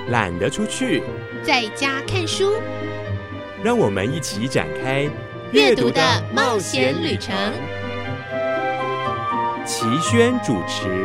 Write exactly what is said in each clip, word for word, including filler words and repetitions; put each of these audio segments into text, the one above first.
懒得出去， 在家看书。 让我们一起展开阅读的冒险旅程。 齐轩主持。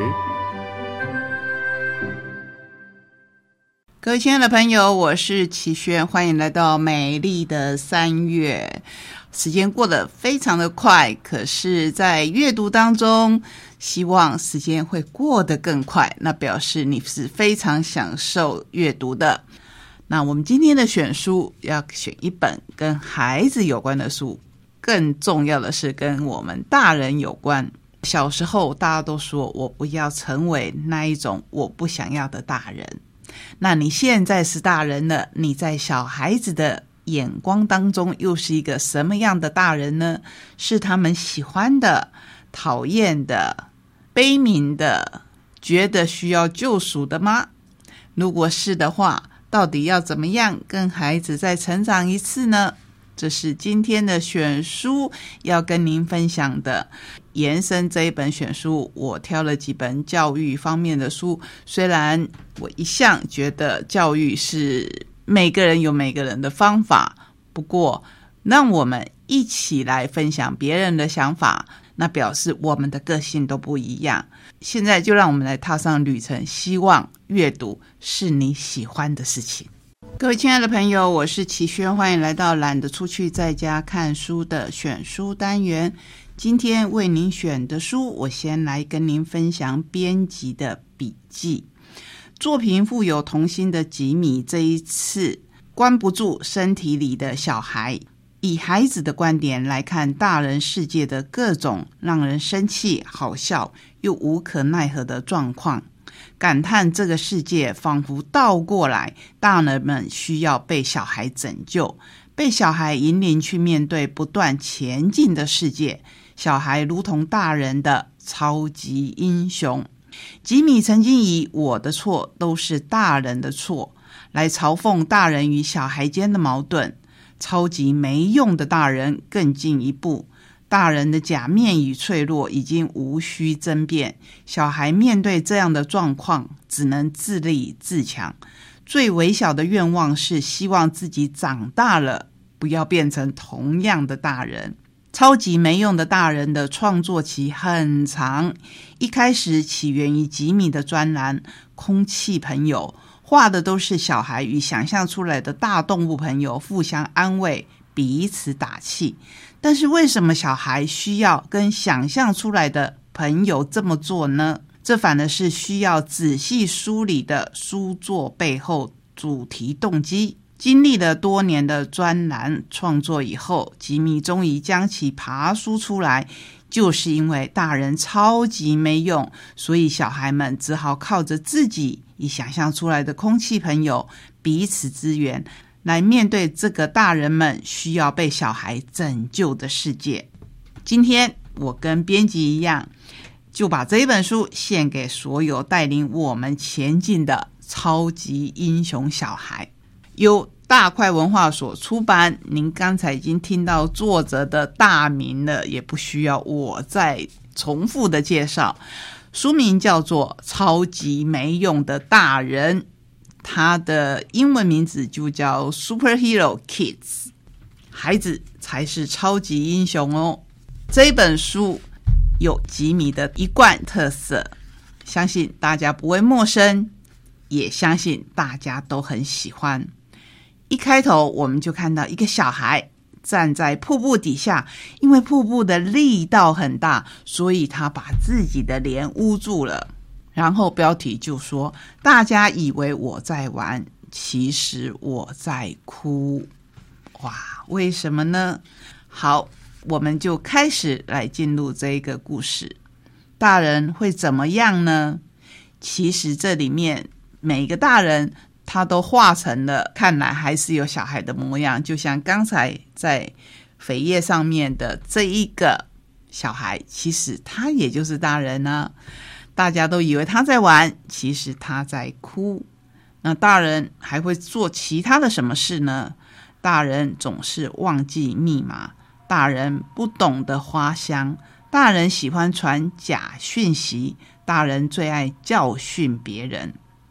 各位亲爱的朋友，我是齐轩，欢迎来到美丽的三月。时间过得非常的快，可是在阅读当中，希望时间会过得更快，那表示你是非常享受阅读的。那我们今天的选书要选一本跟孩子有关的书，更重要的是跟我们大人有关。小时候大家都说我不要成为那一种我不想要的大人，那你现在是大人了，你在小孩子的眼光当中又是一个什么样的大人呢？是他们喜欢的、讨厌的、悲悯的、觉得需要救赎的吗？如果是的话，到底要怎么样跟孩子再成长一次呢？这是今天的选书要跟您分享的。延伸这一本选书，我挑了几本教育方面的书。虽然我一向觉得教育是每个人有每个人的方法，不过让我们一起来分享别人的想法，那表示我们的个性都不一样。现在就让我们来踏上旅程，希望阅读是你喜欢的事情。各位亲爱的朋友，我是齐轩，欢迎来到懒得出去在家看书的选书单元。今天为您选的书，我先来跟您分享编辑的笔记。作品富有童心的吉米这一次关不住身体里的小孩，以孩子的观点来看大人世界的各种让人生气、好笑又无可奈何的状况，感叹这个世界仿佛倒过来，大人们需要被小孩拯救，被小孩引领去面对不断前进的世界。小孩如同大人的超级英雄。吉米曾经以我的错都是大人的错来嘲讽大人与小孩间的矛盾。超级没用的大人更进一步，大人的假面与脆弱已经无需争辩，小孩面对这样的状况只能自立自强，最微小的愿望是希望自己长大了不要变成同样的大人。超级没用的大人的创作期很长，一开始起源于吉米的专栏《空气朋友》，画的都是小孩与想象出来的大动物朋友互相安慰，彼此打气。但是为什么小孩需要跟想象出来的朋友这么做呢？这反而是需要仔细梳理的书作背后主题动机。经历了多年的专栏创作以后，吉米终于将其爬梳出来，就是因为大人超级没用，所以小孩们只好靠着自己以想象出来的空气朋友彼此支援，来面对这个大人们需要被小孩拯救的世界。今天我跟编辑一样，就把这本书献给所有带领我们前进的超级英雄小孩。由大块文化所出版，您刚才已经听到作者的大名了，也不需要我再重复的介绍。书名叫做《超级没用的大人》，它的英文名字就叫 Superhero Kids， 孩子才是超级英雄哦。这本书有吉米的一贯特色，相信大家不会陌生，也相信大家都很喜欢。一开头我们就看到一个小孩站在瀑布底下，因为瀑布的力道很大，所以他把自己的脸捂住了。然后标题就说，大家以为我在玩，其实我在哭。哇，为什么呢？好，我们就开始来进入这个故事。大人会怎么样呢？其实这里面每个大人他都画成了看来还是有小孩的模样，就像刚才在扉页上面的这一个小孩，其实他也就是大人啊。大家都以为他在玩，其实他在哭。那大人还会做其他的什么事呢？大人总是忘记密码，大人不懂得花香，大人喜欢传假讯息，大人最爱教训别人。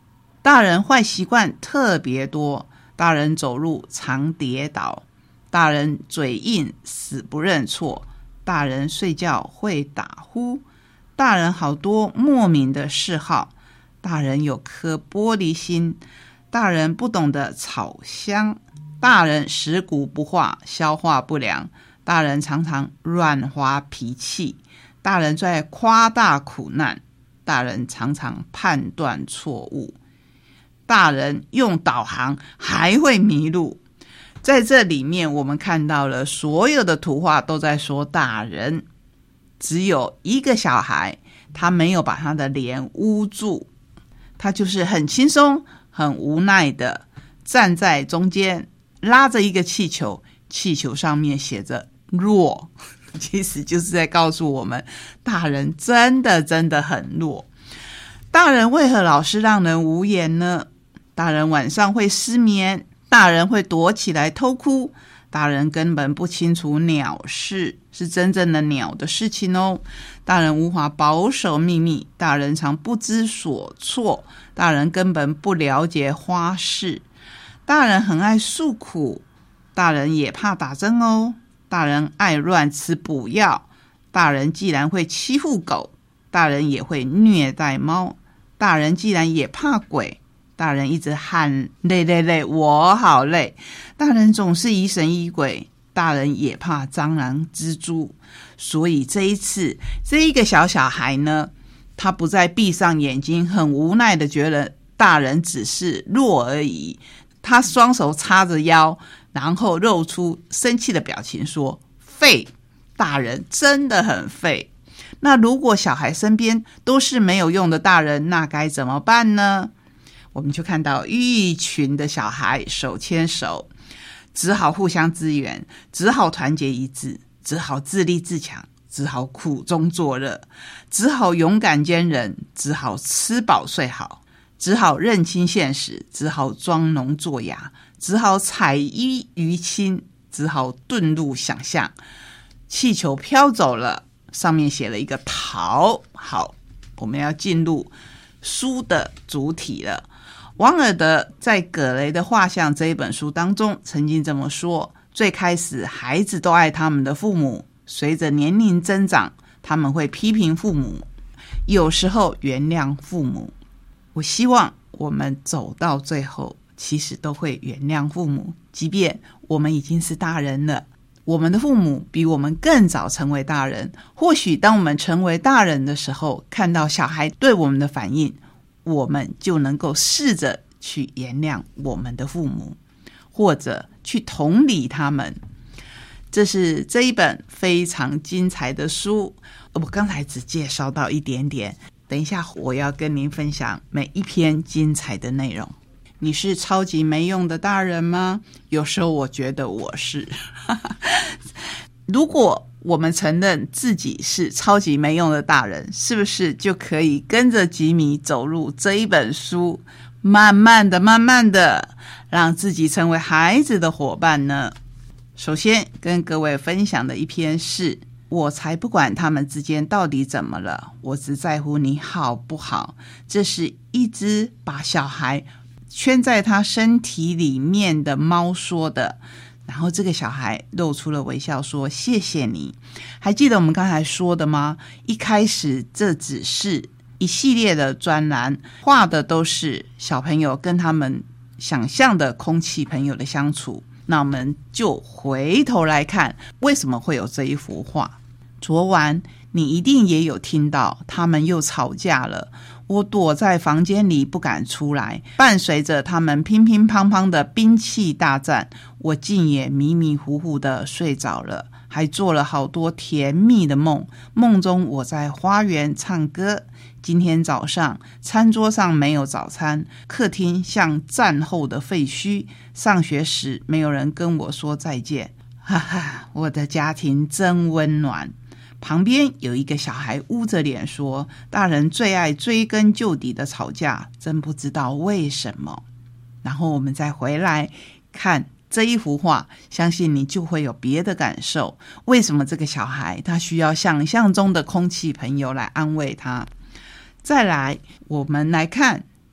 大人坏习惯特别多，大人走路常跌倒，大人嘴硬死不认错，大人睡觉会打呼，大人好多莫名的嗜好，大人有颗玻璃心，大人不懂得炒香，大人食古不化，消化不良，大人常常乱发脾气，大人在夸大苦难，大人常常判断错误，大人用导航还会迷路。在这里面我们看到了所有的图画都在说大人，只有一个小孩他没有把他的脸捂住，他就是很轻松很无奈的站在中间，拉着一个气球，气球上面写着弱，其实就是在告诉我们大人真的真的很弱。大人为何老是让人无言呢？大人晚上会失眠，大人会躲起来偷哭，大人根本不清楚鸟事是真正的鸟的事情哦。大人无法保守秘密，大人常不知所措，大人根本不了解花事，大人很爱诉苦，大人也怕打针哦。大人爱乱吃补药，大人既然会欺负狗，大人也会虐待猫，大人既然也怕鬼，大人一直喊累累累，我好累，大人总是疑神疑鬼，大人也怕蟑螂蜘蛛。所以这一次这一个小小孩呢，他不再闭上眼睛很无奈的觉得大人只是弱而已，他双手叉着腰，然后露出生气的表情说废，大人真的很废。那如果小孩身边都是没有用的大人，那该怎么办呢？我们就看到一群的小孩手牵手，只好互相支援，只好团结一致，只好自立自强，只好苦中作乐，只好勇敢坚韧，只好吃饱睡好，只好认清现实，只好装聋作哑，只好采衣娱亲，只好遁入想象。气球飘走了，上面写了一个逃。好，我们要进入书的主体了。王尔德在《葛雷的画像》这一本书当中曾经这么说，最开始孩子都爱他们的父母，随着年龄增长，他们会批评父母，有时候原谅父母。我希望我们走到最后其实都会原谅父母，即便我们已经是大人了，我们的父母比我们更早成为大人，或许当我们成为大人的时候，看到小孩对我们的反应，我们就能够试着去原谅我们的父母，或者去同理他们。这是这一本非常精彩的书，我刚才只介绍到一点点，等一下我要跟您分享每一篇精彩的内容。你是超级没用的大人吗？有时候我觉得我是如果我们承认自己是超级没用的大人，是不是就可以跟着吉米走入这一本书，慢慢的慢慢的让自己成为孩子的伙伴呢？首先跟各位分享的一篇是我才不管他们之间到底怎么了，我只在乎你好不好。这是一只把小孩圈在他身体里面的猫说的，然后这个小孩露出了微笑说谢谢你。还记得我们刚才说的吗？一开始这只是一系列的专栏，画的都是小朋友跟他们想象的空气朋友的相处。那我们就回头来看为什么会有这一幅画。昨晚你一定也有听到他们又吵架了，我躲在房间里不敢出来，伴随着他们乒乒乓乓的兵器大战，我竟也迷迷糊糊的睡着了，还做了好多甜蜜的梦。梦中我在花园唱歌，今天早上餐桌上没有早餐，客厅像战后的废墟，上学时没有人跟我说再见，哈哈，我的家庭真温暖。旁边有一个小孩捂着脸说，大人最爱追根究底的吵架，真不知道为什么。然后我们再回来看这一幅画，相信你就会有别的感受。为什么这个小孩他需要想象中的空气朋友来安慰他？再来我们来看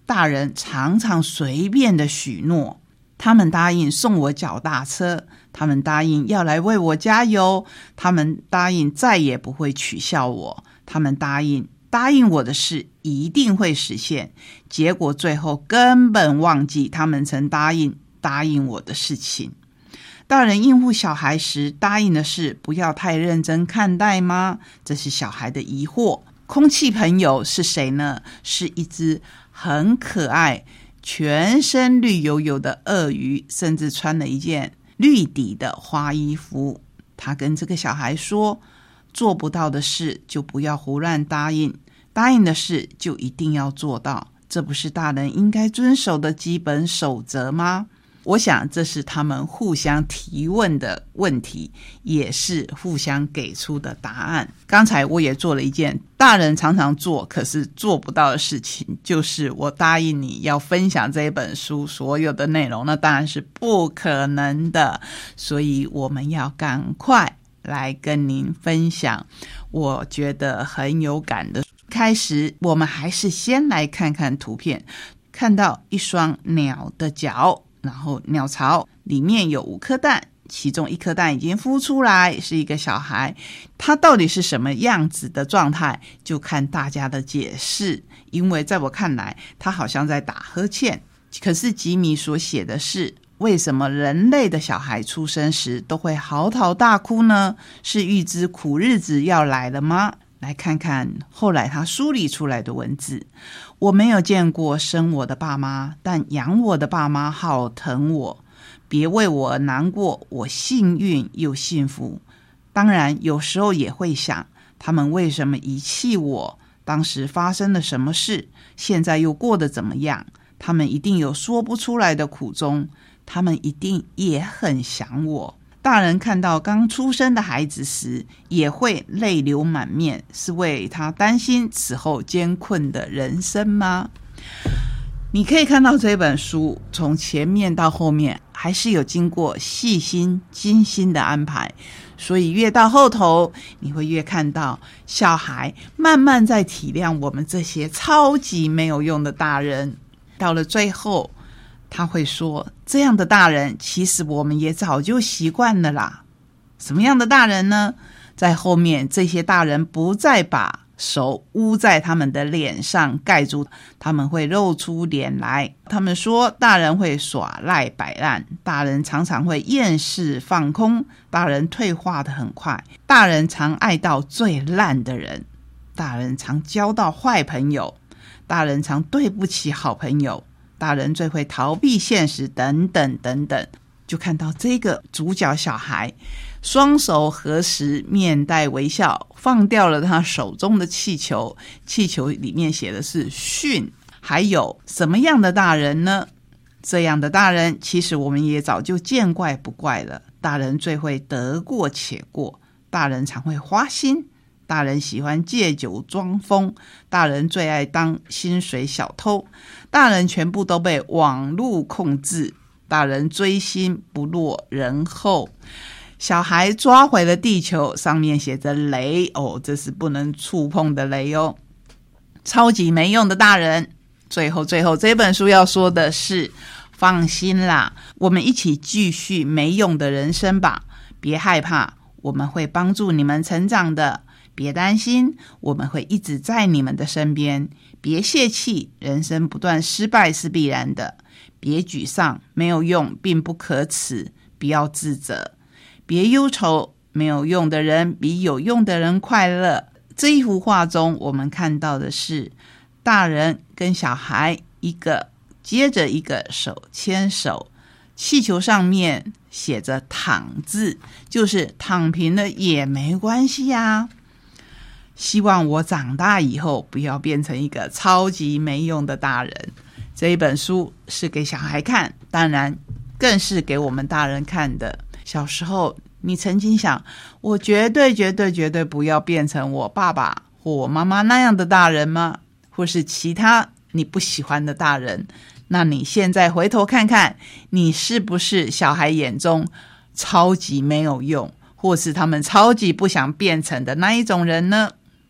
大人常常随便的许诺，他们答应送我脚踏车，他们答应要来为我加油，他们答应再也不会取笑我，他们答应答应我的事一定会实现，结果最后根本忘记他们曾答应答应我的事情。大人应付小孩时答应的事不要太认真看待吗？这是小孩的疑惑。空气朋友是谁呢？是一只很可爱全身绿油油的鳄鱼，甚至穿了一件绿底的花衣服。他跟这个小孩说，做不到的事就不要胡乱答应，答应的事就一定要做到，这不是大人应该遵守的基本守则吗？我想这是他们互相提问的问题，也是互相给出的答案。刚才我也做了一件大人常常做可是做不到的事情，就是我答应你要分享这本书所有的内容，那当然是不可能的，所以我们要赶快来跟您分享我觉得很有感的。开始我们还是先来看看图片，看到一双鸟的脚，然后鸟巢里面有五颗蛋，其中一颗蛋已经孵出来，是一个小孩。他到底是什么样子的状态，就看大家的解释，因为在我看来他好像在打呵欠。可是吉米所写的是，为什么人类的小孩出生时都会嚎啕大哭呢？是预知苦日子要来了吗？来看看后来他梳理出来的文字。我没有见过生我的爸妈，但养我的爸妈好疼我，别为我难过，我幸运又幸福。当然有时候也会想，他们为什么遗弃我？当时发生了什么事？现在又过得怎么样？他们一定有说不出来的苦衷，他们一定也很想我。大人看到刚出生的孩子时也会泪流满面，是为他担心此后艰困的人生吗？你可以看到这本书从前面到后面还是有经过细心精心的安排，所以越到后头你会越看到小孩慢慢在体谅我们这些超级没有用的大人。到了最后他会说，这样的大人其实我们也早就习惯了啦。什么样的大人呢？在后面这些大人不再把手捂在他们的脸上盖住，他们会露出脸来。他们说大人会耍赖摆烂，大人常常会厌世放空，大人退化得很快，大人常爱到最烂的人，大人常交到坏朋友，大人常对不起好朋友，大人最会逃避现实，等等等等。就看到这个主角小孩双手合十，面带微笑，放掉了他手中的气球，气球里面写的是训。还有什么样的大人呢？这样的大人其实我们也早就见怪不怪了。大人最会得过且过，大人常会花心，大人喜欢借酒装疯，大人最爱当薪水小偷，大人全部都被网络控制，大人追星不落人后。小孩抓回了地球，上面写着雷哦，这是不能触碰的雷哦。超级没用的大人。最后最后这本书要说的是，放心啦，我们一起继续没用的人生吧，别害怕，我们会帮助你们成长的，别担心，我们会一直在你们的身边，别泄气，人生不断失败是必然的，别沮丧，没有用并不可耻，不要自责，别忧愁，没有用的人比有用的人快乐。这一幅画中我们看到的是大人跟小孩一个接着一个手牵手，气球上面写着躺字，就是躺平了也没关系啊。希望我长大以后不要变成一个超级没用的大人。这一本书是给小孩看，当然更是给我们大人看的。小时候你曾经想，我绝对绝对绝对不要变成我爸爸或我妈妈那样的大人吗？或是其他你不喜欢的大人？那你现在回头看看，你是不是小孩眼中超级没有用，或是他们超级不想变成的那一种人呢？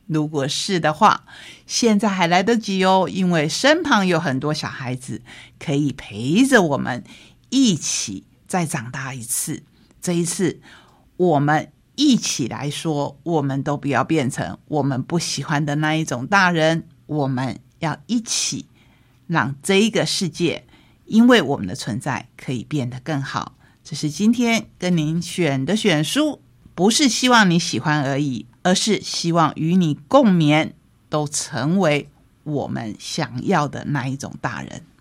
如果是的话，现在还来得及哦，因为身旁有很多小孩子可以陪着我们一起再长大一次。这一次我们一起来说，我们都不要变成我们不喜欢的那一种大人，我们要一起让这一个世界因为我们的存在可以变得更好。这是今天跟您选的选书，不是希望你喜欢而已，而是希望与你共勉，都成为我们想要的那一种大人。